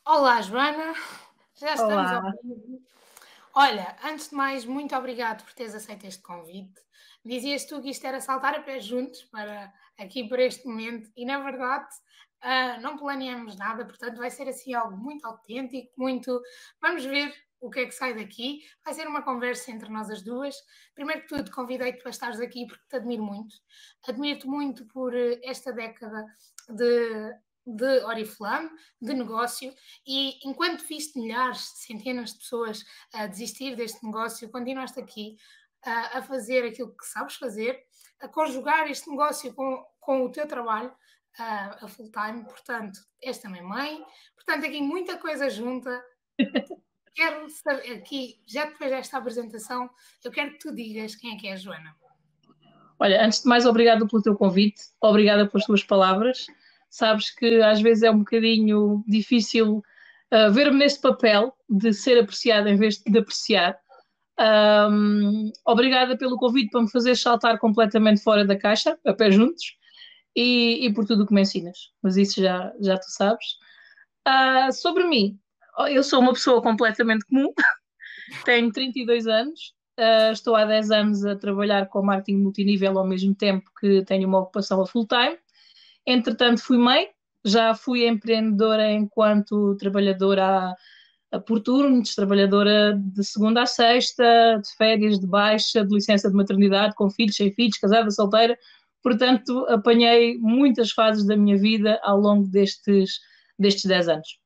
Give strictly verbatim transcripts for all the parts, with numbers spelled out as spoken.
Olá, Joana, já estamos ao Olá. vivo. Olha, antes de mais, muito obrigado por teres aceito este convite. Dizias tu que isto era saltar a pé juntos para aqui para este momento e na verdade ah, não planeamos nada, portanto vai ser assim algo muito autêntico, muito. Vamos ver o que é que sai daqui. Vai ser uma conversa entre nós as duas. Primeiro que tudo, convidei-te para estares aqui porque te admiro muito. Admiro-te muito por eh, esta década de, de Oriflame, de negócio, e enquanto viste milhares, centenas de pessoas a desistir deste negócio, continuaste aqui a, a fazer aquilo que sabes fazer, a conjugar este negócio com, com o teu trabalho a, a full time, portanto, és também mãe, portanto, aqui muita coisa junta. Quero saber, aqui, já depois desta apresentação, eu quero que tu digas quem é que é a Joana. Olha, antes de mais, obrigada pelo teu convite, obrigada pelas tuas palavras. Sabes que às vezes é um bocadinho difícil uh, ver-me neste papel de ser apreciada em vez de apreciar. Um, obrigada pelo convite para me fazer saltar completamente fora da caixa, a pé juntos, e, e por tudo o que me ensinas. Mas isso já, já tu sabes. Uh, sobre mim, eu sou uma pessoa completamente comum, tenho trinta e dois anos, uh, estou há dez anos a trabalhar com marketing multinível ao mesmo tempo que tenho uma ocupação a full time. Entretanto, fui mãe, já fui empreendedora enquanto trabalhadora a, a por turnos, trabalhadora de segunda a sexta, de férias, de baixa, de licença de maternidade, com filhos, sem filhos, casada, solteira. Portanto, apanhei muitas fases da minha vida ao longo destes, destes dez anos.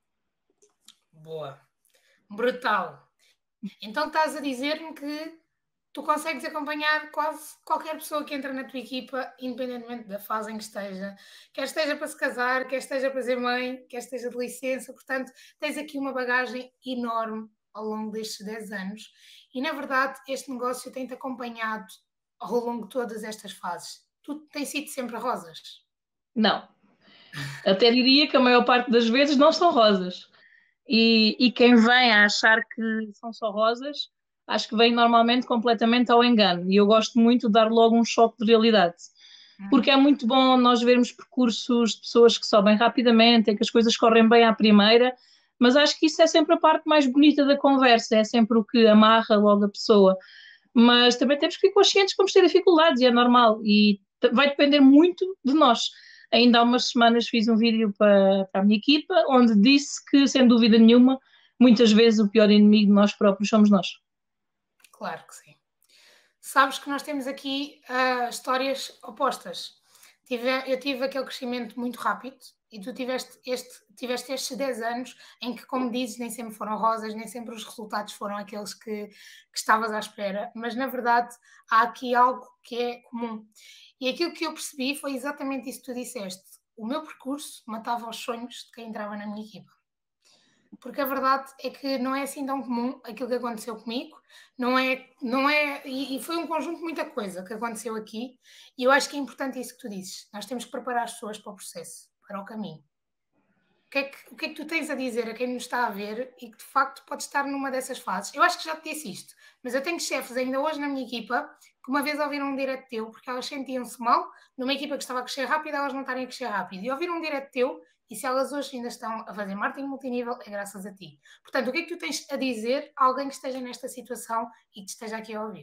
Boa, brutal. Então estás a dizer-me que tu consegues acompanhar quase qualquer pessoa que entra na tua equipa, independentemente da fase em que esteja, quer esteja para se casar, quer esteja para ser mãe, quer esteja de licença, portanto, tens aqui uma bagagem enorme ao longo destes dez anos e, na verdade, este negócio tem-te acompanhado ao longo de todas estas fases. Tudo tem sido sempre rosas. Não, até diria que a maior parte das vezes não são rosas. E, e quem vem a achar que são só rosas, acho que vem normalmente completamente ao engano. E eu gosto muito de dar logo um choque de realidade. Porque é Uhum. muito bom nós vermos percursos de pessoas que sobem rapidamente, e que as coisas correm bem à primeira, mas acho que isso é sempre a parte mais bonita da conversa, é sempre o que amarra logo a pessoa. Mas também temos que ir conscientes que vamos ter dificuldades, e é normal, e vai depender muito de nós. Ainda há umas semanas fiz um vídeo para, para a minha equipa, onde disse que, sem dúvida nenhuma, muitas vezes o pior inimigo de nós próprios somos nós. Claro que sim. Sabes que nós temos aqui ah, histórias opostas. Tive, eu tive aquele crescimento muito rápido e tu tiveste, este, tiveste estes dez anos em que, como dizes, nem sempre foram rosas, nem sempre os resultados foram aqueles que, que estavas à espera, mas na verdade há aqui algo que é comum. E aquilo que eu percebi foi exatamente isso que tu disseste. O meu percurso matava os sonhos de quem entrava na minha equipa, porque a verdade é que não é assim tão comum aquilo que aconteceu comigo, não é, não é, e, e foi um conjunto de muita coisa que aconteceu aqui, e eu acho que é importante isso que tu dizes, nós temos que preparar as pessoas para o processo, para o caminho. O que, é que, o que é que tu tens a dizer a quem nos está a ver e que de facto pode estar numa dessas fases? Eu acho que já te disse isto, mas eu tenho chefes ainda hoje na minha equipa que uma vez ouviram um direto teu, porque elas sentiam-se mal, numa equipa que estava a crescer rápido, elas não estarem a crescer rápido, e ouviram um direto teu, e se elas hoje ainda estão a fazer marketing multinível, é graças a ti. Portanto, o que é que tu tens a dizer a alguém que esteja nesta situação e que esteja aqui a ouvir?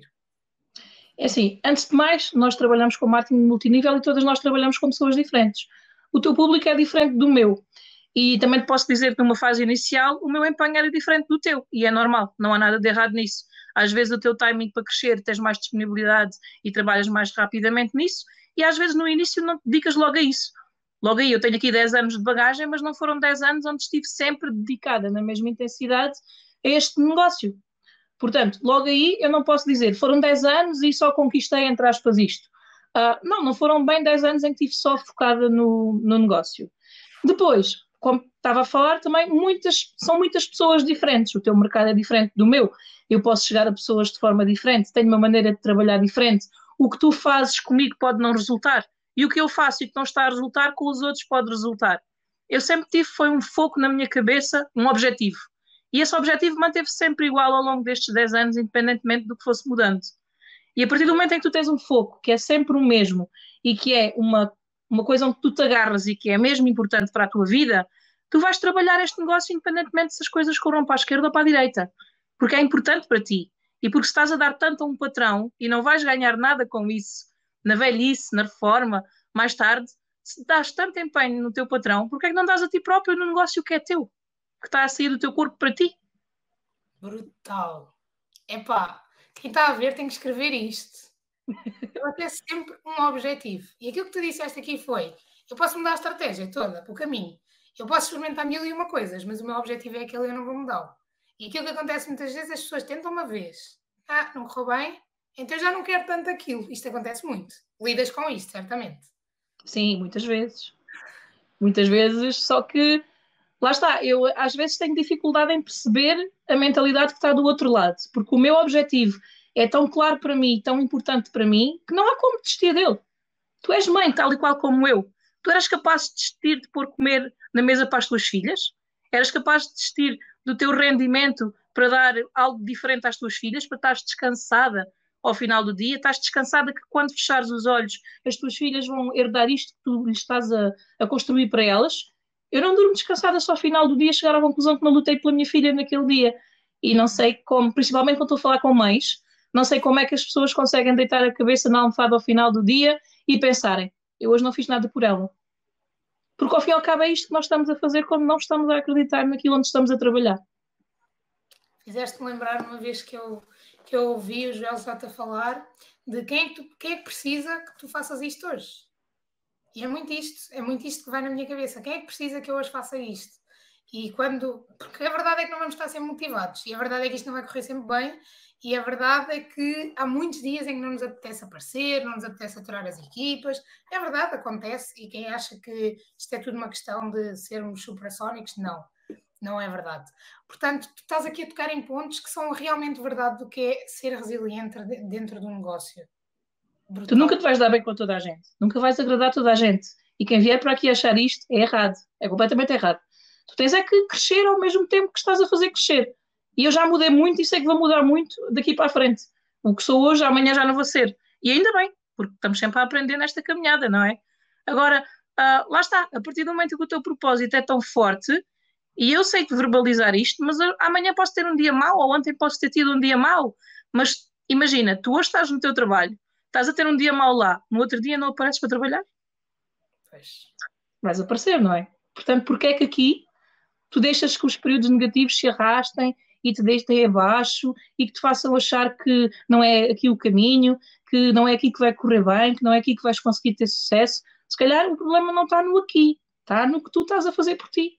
É assim, antes de mais, nós trabalhamos com marketing multinível e todas nós trabalhamos com pessoas diferentes. O teu público é diferente do meu. E também te posso dizer que numa fase inicial o meu empenho era diferente do teu. E é normal, não há nada de errado nisso. Às vezes o teu timing para crescer, tens mais disponibilidade e trabalhas mais rapidamente nisso. E às vezes no início não te dedicas logo a isso. Logo aí, eu tenho aqui dez anos de bagagem, mas não foram dez anos onde estive sempre dedicada na mesma intensidade a este negócio. Portanto, logo aí eu não posso dizer, foram dez anos e só conquistei, entre aspas, isto. Uh, não, não foram bem dez anos em que estive só focada no, no negócio. Depois, como estava a falar, também muitas, são muitas pessoas diferentes. O teu mercado é diferente do meu. Eu posso chegar a pessoas de forma diferente, tenho uma maneira de trabalhar diferente. O que tu fazes comigo pode não resultar. E o que eu faço e que não está a resultar, com os outros pode resultar. Eu sempre tive, foi um foco na minha cabeça, um objetivo. E esse objetivo manteve-se sempre igual ao longo destes dez anos, independentemente do que fosse mudando. E a partir do momento em que tu tens um foco, que é sempre o mesmo, e que é uma, uma coisa onde tu te agarras e que é mesmo importante para a tua vida, tu vais trabalhar este negócio independentemente se as coisas corram para a esquerda ou para a direita, porque é importante para ti. E porque se estás a dar tanto a um patrão e não vais ganhar nada com isso, na velhice, na reforma, mais tarde, se dás tanto empenho no teu patrão, porque é que não dás a ti próprio no negócio que é teu, que está a sair do teu corpo para ti? Brutal. Epá, quem está a ver tem que escrever isto. Eu até sempre um objetivo. E aquilo que tu disseste aqui foi, eu posso mudar a estratégia toda, para o caminho. Eu posso experimentar mil e uma coisas, mas o meu objetivo é aquele e eu não vou mudá-lo. E aquilo que acontece muitas vezes, as pessoas tentam uma vez. Ah, não correu bem? Então já não quero tanto aquilo. Isto acontece muito. Lidas com isto, certamente. Sim, muitas vezes. Muitas vezes, só que lá está, eu às vezes tenho dificuldade em perceber a mentalidade que está do outro lado, porque o meu objetivo é tão claro para mim, tão importante para mim, que não há como desistir dele. Tu és mãe, tal e qual como eu. Tu eras capaz de desistir de pôr comer na mesa para as tuas filhas? Eras capaz de desistir do teu rendimento para dar algo diferente às tuas filhas, para estares descansada ao final do dia? Estás descansada que quando fechares os olhos as tuas filhas vão herdar isto que tu lhes estás a, a construir para elas? Eu não durmo descansada só ao final do dia, chegar à conclusão que não lutei pela minha filha naquele dia. E não sei como, principalmente quando estou a falar com mães, não sei como é que as pessoas conseguem deitar a cabeça na almofada ao final do dia e pensarem, eu hoje não fiz nada por ela. Porque ao fim e ao cabo é isto que nós estamos a fazer quando não estamos a acreditar naquilo onde estamos a trabalhar. Fizeste-me lembrar uma vez que eu, que eu ouvi o Joel Sata falar de quem é, que tu, quem é que precisa que tu faças isto hoje. E é muito isto, é muito isto que vai na minha cabeça. Quem é que precisa que eu hoje faça isto? E quando... Porque a verdade é que não vamos estar sempre motivados. E a verdade é que isto não vai correr sempre bem. E a verdade é que há muitos dias em que não nos apetece aparecer, não nos apetece aturar as equipas. É verdade, acontece. E quem acha que isto é tudo uma questão de sermos supersónicos, não. Não é verdade. Portanto, tu estás aqui a tocar em pontos que são realmente verdade do que é ser resiliente dentro de um negócio. Brutal. Tu nunca te vais dar bem com toda a gente. Nunca vais agradar toda a gente. E quem vier para aqui achar isto é errado. É completamente errado. Tu tens é que crescer ao mesmo tempo que estás a fazer crescer. E eu já mudei muito e sei que vou mudar muito daqui para a frente. O que sou hoje, amanhã já não vou ser. E ainda bem, porque estamos sempre a aprender nesta caminhada, não é? Agora, uh, lá está. A partir do momento que o teu propósito é tão forte, e eu sei te verbalizar isto, mas amanhã posso ter um dia mau, ou ontem posso ter tido um dia mau. Mas imagina, tu hoje estás no teu trabalho, estás a ter um dia mau lá, no outro dia não apareces para trabalhar? Pois. Vais aparecer, não é? Portanto, porque é que aqui tu deixas que os períodos negativos se arrastem e te deixem abaixo e que te façam achar que não é aqui o caminho, que não é aqui que vai correr bem, que não é aqui que vais conseguir ter sucesso? Se calhar o problema não está no aqui, está no que tu estás a fazer por ti.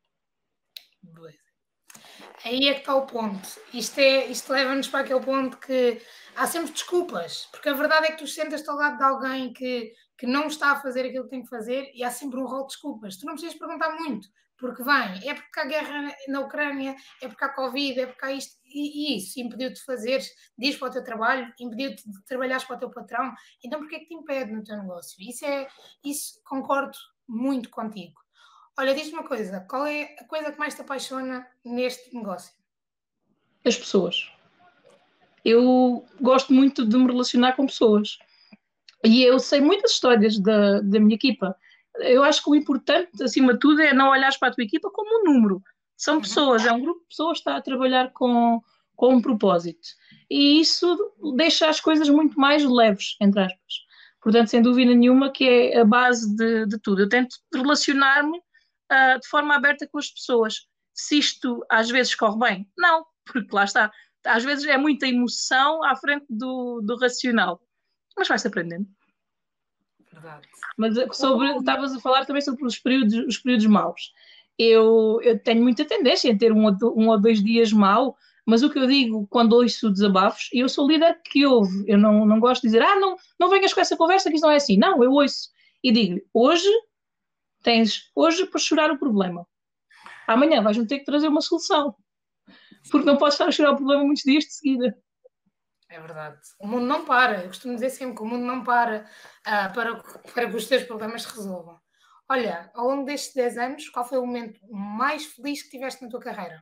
Aí é que está o ponto. Isto, é, isto leva-nos para aquele ponto que há sempre desculpas, porque a verdade é que tu sentas-te ao lado de alguém que, que não está a fazer aquilo que tem que fazer e há sempre um rol de desculpas. Tu não precisas perguntar muito, porque vem, é porque há guerra na Ucrânia, é porque há Covid, é porque há isto e, e isso impediu-te de fazeres, dias para o teu trabalho, impediu-te de trabalhares para o teu patrão, então porquê é que te impede no teu negócio? Isso, é, isso concordo muito contigo. Olha, diz-me uma coisa, qual é a coisa que mais te apaixona neste negócio? As pessoas. Eu gosto muito de me relacionar com pessoas. E eu sei muitas histórias da, da minha equipa. Eu acho que o importante, acima de tudo, é não olhares para a tua equipa como um número. São pessoas, é um grupo de pessoas que está a trabalhar com, com um propósito. E isso deixa as coisas muito mais leves, entre aspas. Portanto, sem dúvida nenhuma que é a base de, de tudo. Eu tento relacionar-me uh, de forma aberta com as pessoas. Se isto às vezes corre bem, não, porque lá está. Às vezes é muita emoção à frente do, do racional. Mas vai-se aprendendo. Verdade. Mas sobre, estavas a falar também sobre os períodos, os períodos maus. Eu, eu tenho muita tendência a ter um, um ou dois dias mau, mas o que eu digo quando ouço desabafos, eu sou líder que ouve. Eu não, não gosto de dizer, ah, não, não venhas com essa conversa que isso não é assim. Não, eu ouço e digo, hoje tens, hoje para chorar o problema. Amanhã vais-me ter que trazer uma solução. Porque não podes estar a chorar o problema muitos dias de seguida. É verdade. O mundo não para. Eu costumo dizer sempre que o mundo não para uh, para, para que os teus problemas se resolvam. Olha, ao longo destes dez anos, qual foi o momento mais feliz que tiveste na tua carreira?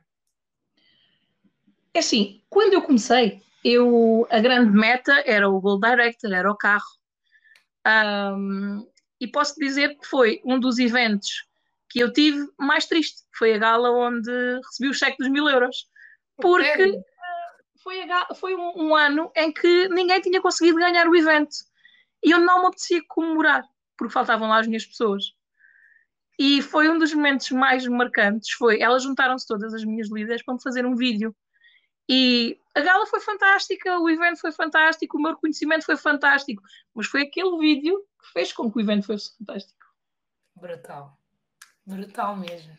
É assim, quando eu comecei, eu, a grande meta era o Gold Director, era o carro. Um, e posso dizer que foi um dos eventos que eu tive mais triste. Foi a gala onde recebi o cheque dos mil euros. Porque uh, foi, a gala, foi um, um ano em que ninguém tinha conseguido ganhar o evento. E eu não me apetecia comemorar, porque faltavam lá as minhas pessoas. E foi um dos momentos mais marcantes, foi, elas juntaram-se todas as minhas líderes para me fazer um vídeo. E a gala foi fantástica, o evento foi fantástico, o meu reconhecimento foi fantástico, mas foi aquele vídeo que fez com que o evento fosse fantástico. Brutal, brutal mesmo.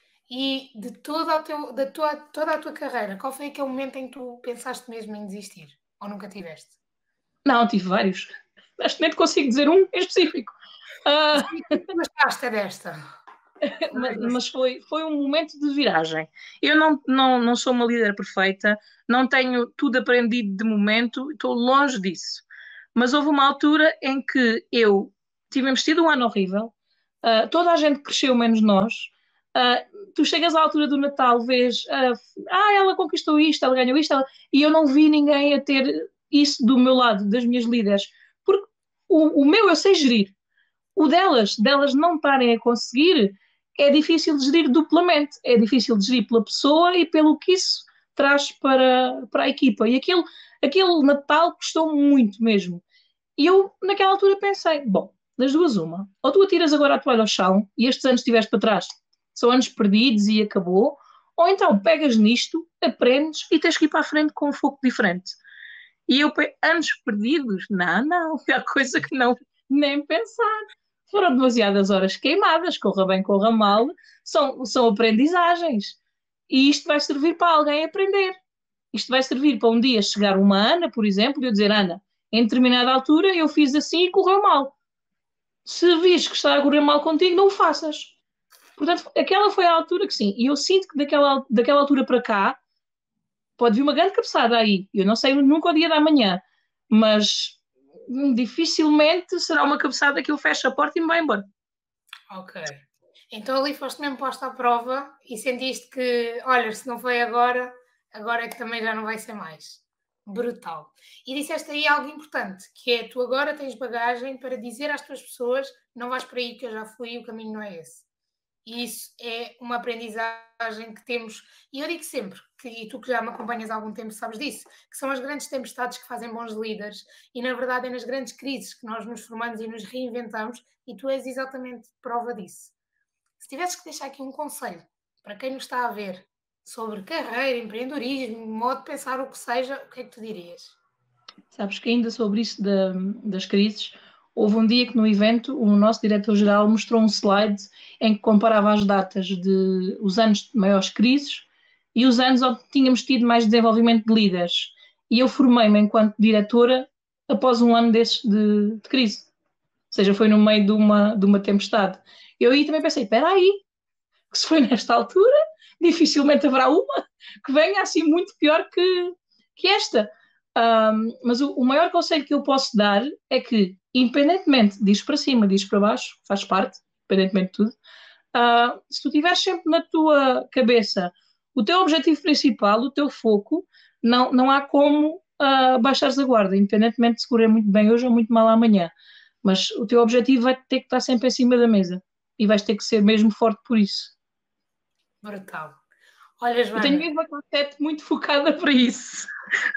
E de toda a, teu, da tua, toda a tua carreira, qual foi aquele momento em que tu pensaste mesmo em desistir? Ou nunca tiveste? Não, tive vários. Acho que nem te consigo dizer um em específico. Uh... Mas basta desta. mas, mas foi, foi um momento de viragem. Eu não, não, não sou uma líder perfeita, não tenho tudo aprendido de momento, estou longe disso. Mas houve uma altura em que eu tivemos tido um ano horrível, uh, toda a gente cresceu menos nós. Uh, tu chegas à altura do Natal, vês, uh, ah, ela conquistou isto, ela ganhou isto, ela... e eu não vi ninguém a ter isso do meu lado, das minhas líderes, porque o, o meu eu sei gerir, o delas, delas não estarem a conseguir, é difícil de gerir duplamente, é difícil de gerir pela pessoa e pelo que isso traz para, para a equipa. E aquele, aquele Natal custou muito mesmo. E eu, naquela altura, pensei, bom, das duas uma, ou tu atiras agora a toalha ao chão e estes anos que tiveste para trás são anos perdidos e acabou, ou então pegas nisto, aprendes e tens que ir para a frente com um foco diferente. E eu, anos perdidos? Não, não, é coisa que não, nem pensar. Foram demasiadas horas queimadas, corra bem, corra mal, são, são aprendizagens. E isto vai servir para alguém aprender. Isto vai servir para um dia chegar uma Ana, por exemplo, e eu dizer, Ana, em determinada altura eu fiz assim e correu mal. Se vis que está a correr mal contigo, não o faças. Portanto, aquela foi a altura que sim. E eu sinto que daquela, daquela altura para cá pode vir uma grande cabeçada aí. Eu não sei nunca o dia da manhã, mas dificilmente será uma cabeçada que eu fecho a porta e me vai embora. Ok. Então ali foste mesmo posta à prova e sentiste que, olha, se não foi agora, agora é que também já não vai ser mais. Brutal. E disseste aí algo importante, que é, tu agora tens bagagem para dizer às tuas pessoas, não vais por aí que eu já fui, o caminho não é esse. E isso é uma aprendizagem que temos, e eu digo sempre, que, e tu que já me acompanhas há algum tempo sabes disso, que são as grandes tempestades que fazem bons líderes, e na verdade é nas grandes crises que nós nos formamos e nos reinventamos, e tu és exatamente prova disso. Se tivesses que deixar aqui um conselho para quem nos está a ver sobre carreira, empreendedorismo, modo de pensar, o que seja, o que é que tu dirias? Sabes que ainda sobre isso da, das crises, houve um dia que no evento o nosso diretor-geral mostrou um slide em que comparava as datas de os anos de maiores crises e os anos onde tínhamos tido mais desenvolvimento de líderes. E eu formei-me enquanto diretora após um ano desses de, de crise. Ou seja, foi no meio de uma, de uma tempestade. Eu aí também pensei, espera aí, que se foi nesta altura, dificilmente haverá uma que venha assim muito pior que, que esta. Um, mas o, o maior conselho que eu posso dar é que, independentemente diz para cima, diz para baixo, faz parte, independentemente de tudo, uh, se tu tiveres sempre na tua cabeça o teu objetivo principal, o teu foco, não, não há como uh, baixares a guarda, independentemente de se correr muito bem hoje ou muito mal amanhã. Mas o teu objetivo vai ter que estar sempre em cima da mesa e vais ter que ser mesmo forte por isso. Brutal. Olha, Joana, eu tenho mesmo a conceito muito focada para isso.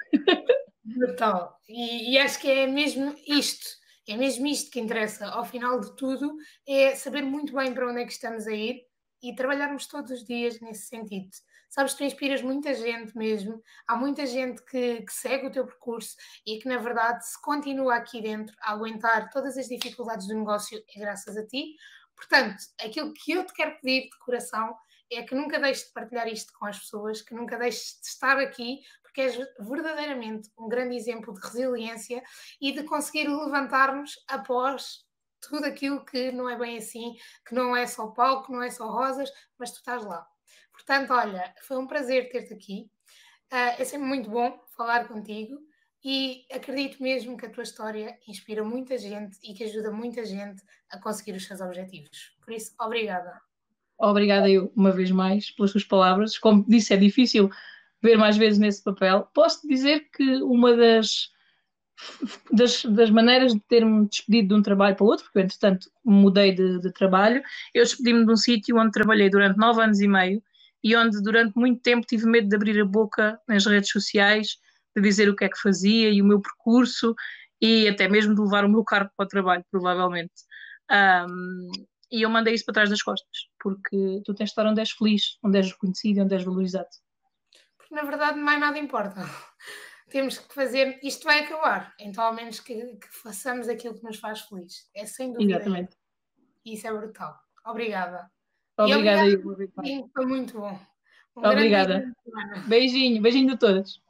Brutal. E, e acho que é mesmo isto, é mesmo isto que interessa. Ao final de tudo, é saber muito bem para onde é que estamos a ir e trabalharmos todos os dias nesse sentido. Sabes, tu inspiras muita gente mesmo. Há muita gente que, que segue o teu percurso e que, na verdade, se continua aqui dentro a aguentar todas as dificuldades do negócio, é graças a ti. Portanto, aquilo que eu te quero pedir de coração é que nunca deixes de partilhar isto com as pessoas, que nunca deixes de estar aqui, porque és verdadeiramente um grande exemplo de resiliência e de conseguir levantar-nos após tudo aquilo que não é bem assim, que não é só palco, não é só rosas, mas tu estás lá. Portanto, olha, foi um prazer ter-te aqui. Uh, é sempre muito bom falar contigo e acredito mesmo que a tua história inspira muita gente e que ajuda muita gente a conseguir os seus objetivos. Por isso, obrigada. Obrigada eu, uma vez mais, pelas tuas palavras. Como disse, é difícil ver mais vezes nesse papel. Posso dizer que uma das das, das maneiras de ter-me despedido de um trabalho para o outro, porque eu, entretanto, mudei de, de trabalho. Eu despedi-me de um sítio onde trabalhei durante nove anos e meio e onde durante muito tempo tive medo de abrir a boca nas redes sociais, de dizer o que é que fazia e o meu percurso e até mesmo de levar o meu cargo para o trabalho, provavelmente. Um, e eu mandei isso para trás das costas, porque tu tens de estar onde és feliz, onde és reconhecido e onde és valorizado. Porque na verdade mais nada importa. Temos que fazer, isto vai acabar, então ao menos que, que façamos aquilo que nos faz feliz. É sem dúvida isso. Exatamente. E isso é brutal. Obrigada. E Obrigada, obrigada, eu, sim, foi muito bom. Um Obrigada. grande dia. Beijinho, beijinho de todas.